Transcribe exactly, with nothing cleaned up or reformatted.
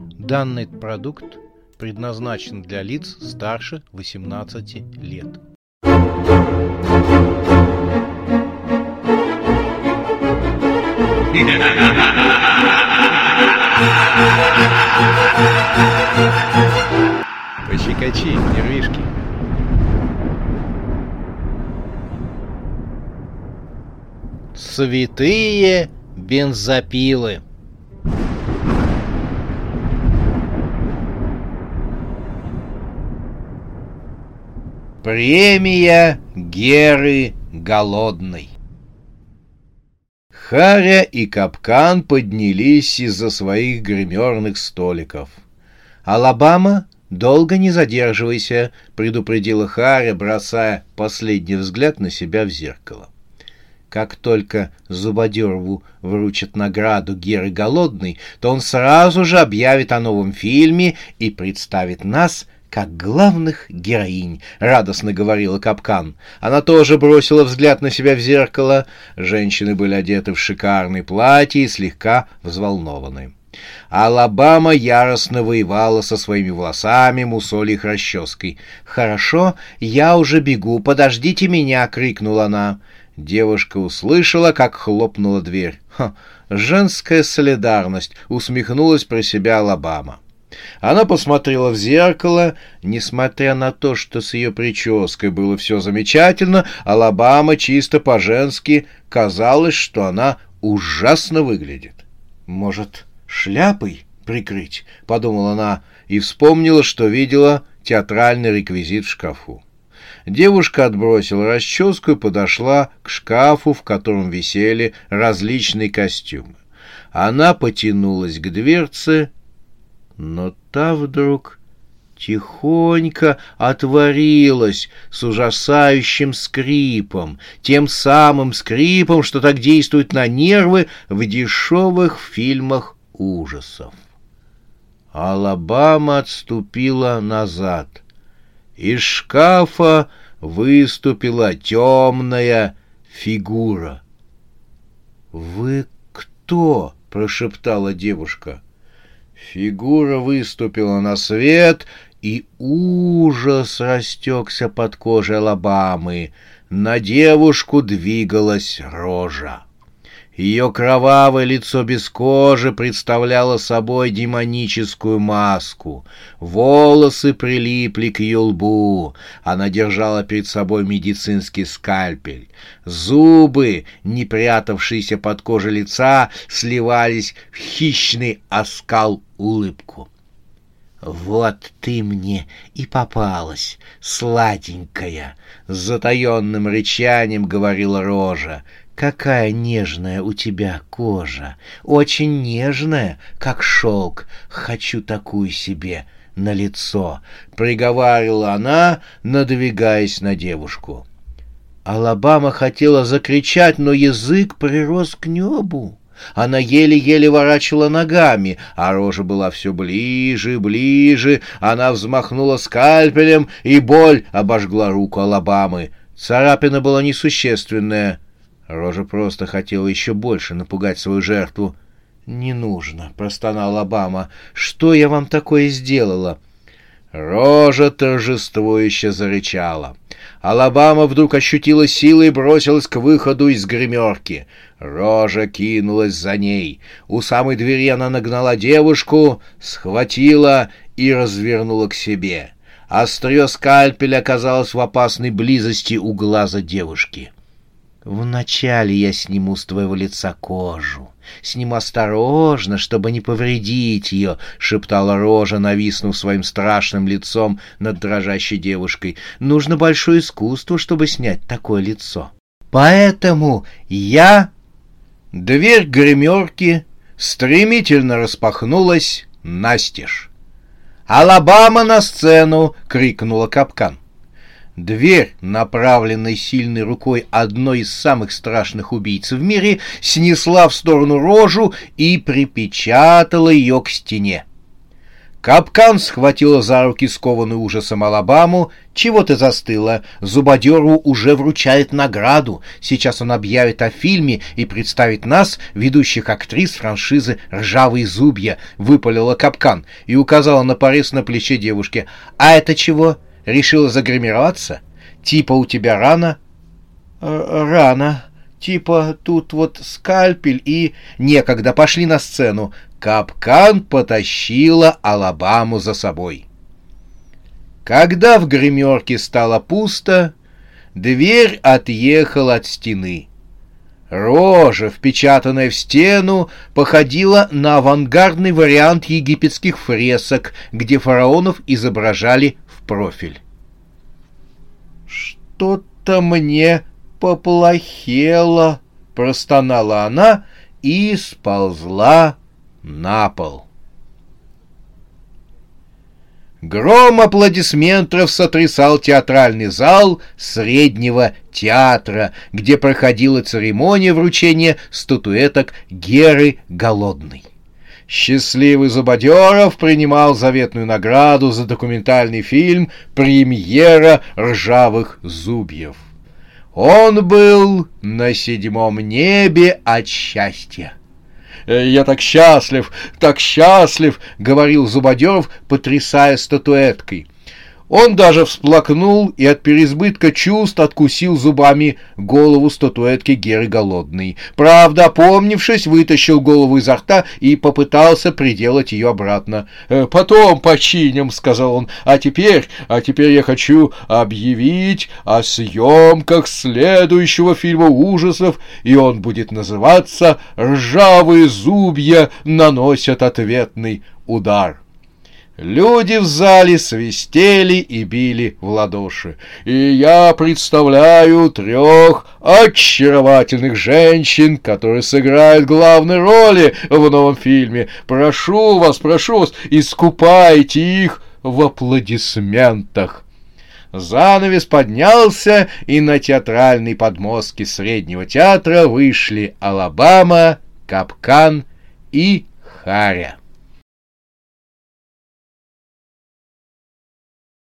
Данный продукт предназначен для лиц старше восемнадцати лет. Пощекочи, нервишки. Святые бензопилы. Премия Геры Голодной. Харя и Капкан поднялись из-за своих гримерных столиков. «Алабама, долго не задерживайся», — предупредила Харя, бросая последний взгляд на себя в зеркало. Как только Зубодерову вручат награду Геры Голодной, то он сразу же объявит о новом фильме и представит нас как главных героинь, — радостно говорила Капкан. Она тоже бросила взгляд на себя в зеркало. Женщины были одеты в шикарные платья и слегка взволнованы. Алабама яростно воевала со своими волосами, мусолью их расческой. «Хорошо, я уже бегу, подождите меня!» — крикнула она. Девушка услышала, как хлопнула дверь. «Ха, женская солидарность!» — усмехнулась про себя Алабама. Она посмотрела в зеркало. Несмотря на то, что с ее прической было все замечательно, Алабама чисто по-женски казалось, что она ужасно выглядит. «Может, шляпой прикрыть?» — подумала она и вспомнила, что видела театральный реквизит в шкафу. Девушка отбросила расческу и подошла к шкафу, в котором висели различные костюмы. Она потянулась к дверце, но та вдруг тихонько отворилась с ужасающим скрипом, тем самым скрипом, что так действует на нервы в дешевых фильмах ужасов. Алабама отступила назад. Из шкафа выступила темная фигура. «Вы кто?» — прошептала девушка. Фигура выступила на свет, и ужас растекся под кожей Алабамы. На девушку двигалась Рожа. Ее кровавое лицо без кожи представляло собой демоническую маску. Волосы прилипли к ее лбу. Она держала перед собой медицинский скальпель. Зубы, не прятавшиеся под кожей лица, сливались в хищный оскал улыбку. «Вот ты мне и попалась, сладенькая!» — с затаенным рычанием говорила Рожа. «Какая нежная у тебя кожа! Очень нежная, как шелк. Хочу такую себе на лицо!» — приговаривала она, надвигаясь на девушку. Алабама хотела закричать, но язык прирос к небу. Она еле-еле ворачивала ногами, а Рожа была все ближе и ближе. Она взмахнула скальпелем, и боль обожгла руку Алабамы. Царапина была несущественная. Рожа просто хотела еще больше напугать свою жертву. «Не нужно», — простонала Алабама. «Что я вам такое сделала?» Рожа торжествующе зарычала. Алабама вдруг ощутила силы и бросилась к выходу из гримерки. Рожа кинулась за ней. У самой двери она нагнала девушку, схватила и развернула к себе. Острие скальпеля оказалось в опасной близости у глаза девушки. «Вначале я сниму с твоего лица кожу. Сниму осторожно, чтобы не повредить ее», — шептала Рожа, нависнув своим страшным лицом над дрожащей девушкой. «Нужно большое искусство, чтобы снять такое лицо. Поэтому я...» Дверь гримерки стремительно распахнулась настежь. «Алабама на сцену!» — крикнула Капкан. Дверь, направленная сильной рукой одной из самых страшных убийц в мире, снесла в сторону Рожу и припечатала ее к стене. Капкан схватила за руки скованную ужасом Алабаму. «Чего ты застыла? Зубодеру уже вручает награду. Сейчас он объявит о фильме и представит нас, ведущих актрис франшизы «Ржавые зубья», — выпалила Капкан и указала на порез на плече девушки. «А это чего? Решила загримироваться? Типа у тебя рана?» «Рана. Типа тут вот скальпель и...» «Некогда, пошли на сцену». Капкан потащила Алабаму за собой. Когда в гримерке стало пусто, дверь отъехала от стены. Рожа, впечатанная в стену, походила на авангардный вариант египетских фресок, где фараонов изображали в профиль. «Что-то мне поплохело», — простонала она и сползла на пол. Гром аплодисментов сотрясал театральный зал Среднего театра, где проходила церемония вручения статуэток Геры Голодной. Счастливый Зубодеров принимал заветную награду за документальный фильм «Премьера ржавых зубьев». Он был на седьмом небе от счастья. «Я так счастлив, так счастлив!» — говорил Зубодеров, потрясая статуэткой. Он даже всплакнул и от переизбытка чувств откусил зубами голову статуэтки Геры Голодной. Правда, опомнившись, вытащил голову изо рта и попытался приделать ее обратно. «Потом починим», — сказал он. «А теперь, а теперь я хочу объявить о съемках следующего фильма ужасов, и он будет называться «Ржавые зубья наносят ответный удар». Люди в зале свистели и били в ладоши. И я представляю трех очаровательных женщин, которые сыграют главные роли в новом фильме. Прошу вас, прошу вас, искупайте их в аплодисментах. Занавес поднялся, и на театральной подмостке Среднего театра вышли Алабама, Капкан и Харя.